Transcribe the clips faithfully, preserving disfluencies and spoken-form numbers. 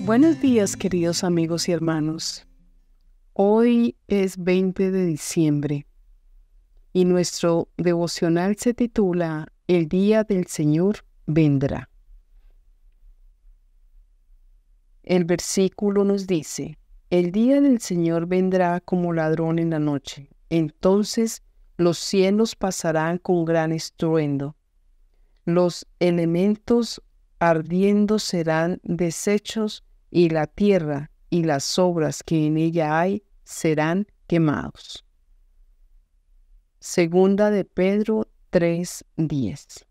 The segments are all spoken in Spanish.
Buenos días, queridos amigos y hermanos. Hoy es veinte de diciembre y nuestro devocional se titula El día del Señor vendrá. El versículo nos dice: El día del Señor vendrá como ladrón en la noche. Entonces los cielos pasarán con gran estruendo. Los elementos ardiendo serán deshechos y la tierra y las obras que en ella hay serán quemados. Segunda de Pedro tres diez.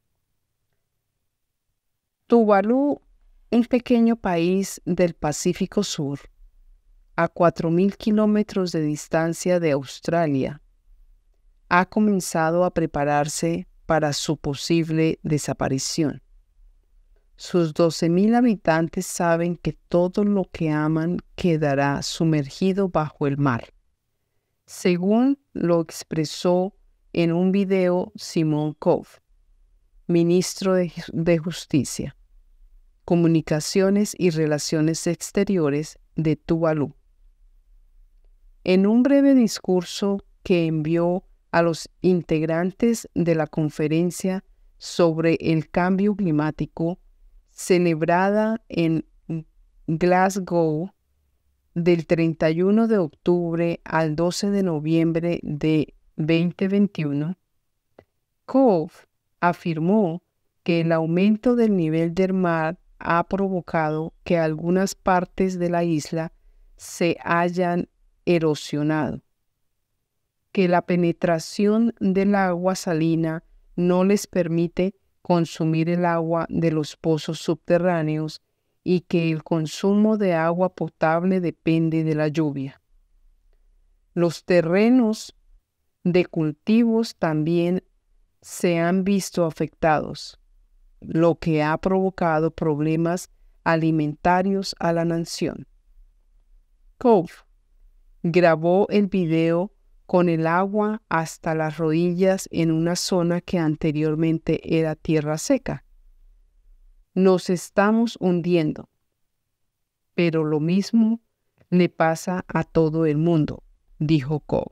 Tuvalu, un pequeño país del Pacífico Sur, a cuatro mil kilómetros de distancia de Australia, ha comenzado a prepararse para su posible desaparición. Sus doce mil habitantes saben que todo lo que aman quedará sumergido bajo el mar, según lo expresó en un video Simon Cove, ministro de, de Justicia, Comunicaciones y Relaciones Exteriores de Tuvalu. En un breve discurso que envió a los integrantes de la conferencia sobre el cambio climático, celebrada en Glasgow del treinta y uno de octubre al doce de noviembre de veinte veintiuno, Cove afirmó que el aumento del nivel del mar ha provocado que algunas partes de la isla se hayan erosionado, que la penetración del agua salina no les permite consumir el agua de los pozos subterráneos y que el consumo de agua potable depende de la lluvia. Los terrenos de cultivos también se han visto afectados, lo que ha provocado problemas alimentarios a la nación. Cove grabó el video con el agua hasta las rodillas en una zona que anteriormente era tierra seca. Nos estamos hundiendo, pero lo mismo le pasa a todo el mundo, dijo Cove.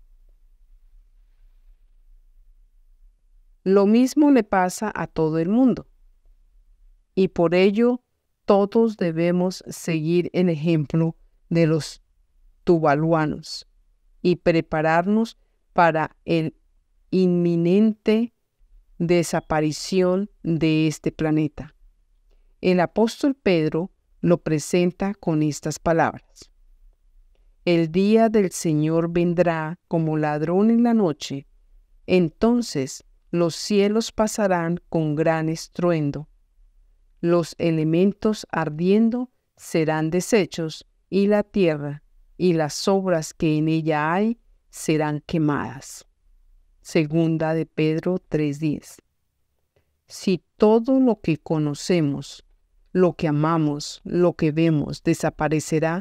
Lo mismo le pasa a todo el mundo, y por ello todos debemos seguir el ejemplo de los tuvaluanos y prepararnos para el inminente desaparición de este planeta. El apóstol Pedro lo presenta con estas palabras: El día del Señor vendrá como ladrón en la noche, entonces los cielos pasarán con gran estruendo, los elementos ardiendo serán deshechos y la tierra y las obras que en ella hay serán quemadas. Segunda de Pedro tres diez. Si todo lo que conocemos, lo que amamos, lo que vemos desaparecerá,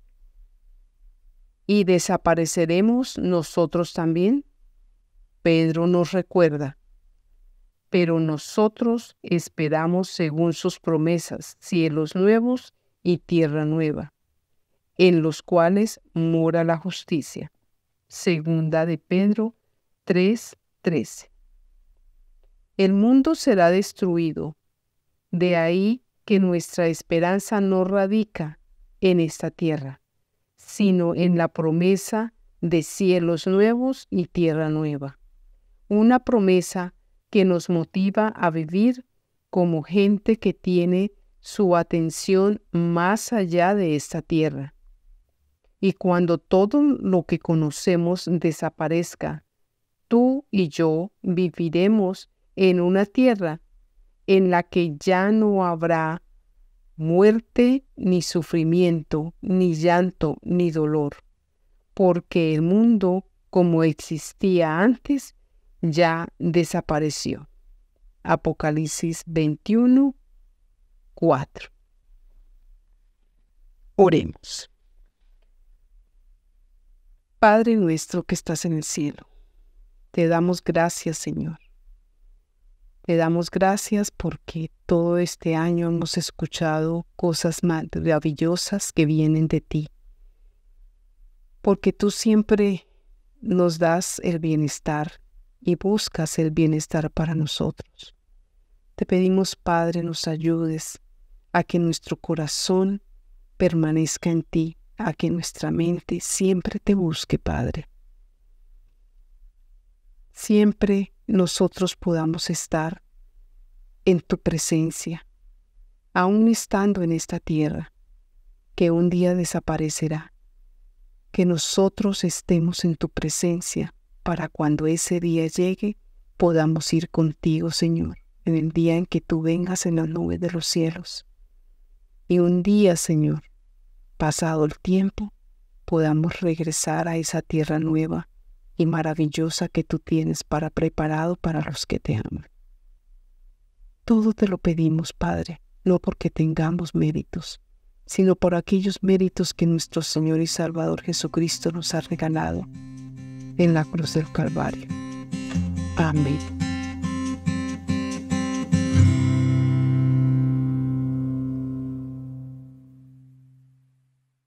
¿y desapareceremos nosotros también? Pedro nos recuerda: pero nosotros esperamos según sus promesas cielos nuevos y tierra nueva, en los cuales mora la justicia. Segunda de Pedro tres trece. El mundo será destruido, de ahí que nuestra esperanza no radica en esta tierra, sino en la promesa de cielos nuevos y tierra nueva. Una promesa que nos motiva a vivir como gente que tiene su atención más allá de esta tierra. Y cuando todo lo que conocemos desaparezca, tú y yo viviremos en una tierra en la que ya no habrá muerte, ni sufrimiento, ni llanto, ni dolor, porque el mundo como existía antes ya desapareció. Apocalipsis veintiuno, cuatro. Oremos. Padre nuestro que estás en el cielo, te damos gracias, Señor, Te damos gracias porque todo este año hemos escuchado cosas maravillosas que vienen de ti, porque tú siempre nos das el bienestar y buscas el bienestar para nosotros. Te pedimos, Padre, nos ayudes a que nuestro corazón permanezca en ti, a que nuestra mente siempre te busque, Padre. Siempre nosotros podamos estar en tu presencia, aún estando en esta tierra, que un día desaparecerá. Que nosotros estemos en tu presencia para cuando ese día llegue podamos ir contigo, Señor, en el día en que tú vengas en las nubes de los cielos. Y un día, Señor, pasado el tiempo, podamos regresar a esa tierra nueva y maravillosa que tú tienes para preparado para los que te aman. Todo te lo pedimos, Padre, no porque tengamos méritos, sino por aquellos méritos que nuestro Señor y Salvador Jesucristo nos ha regalado en la cruz del Calvario. Amén.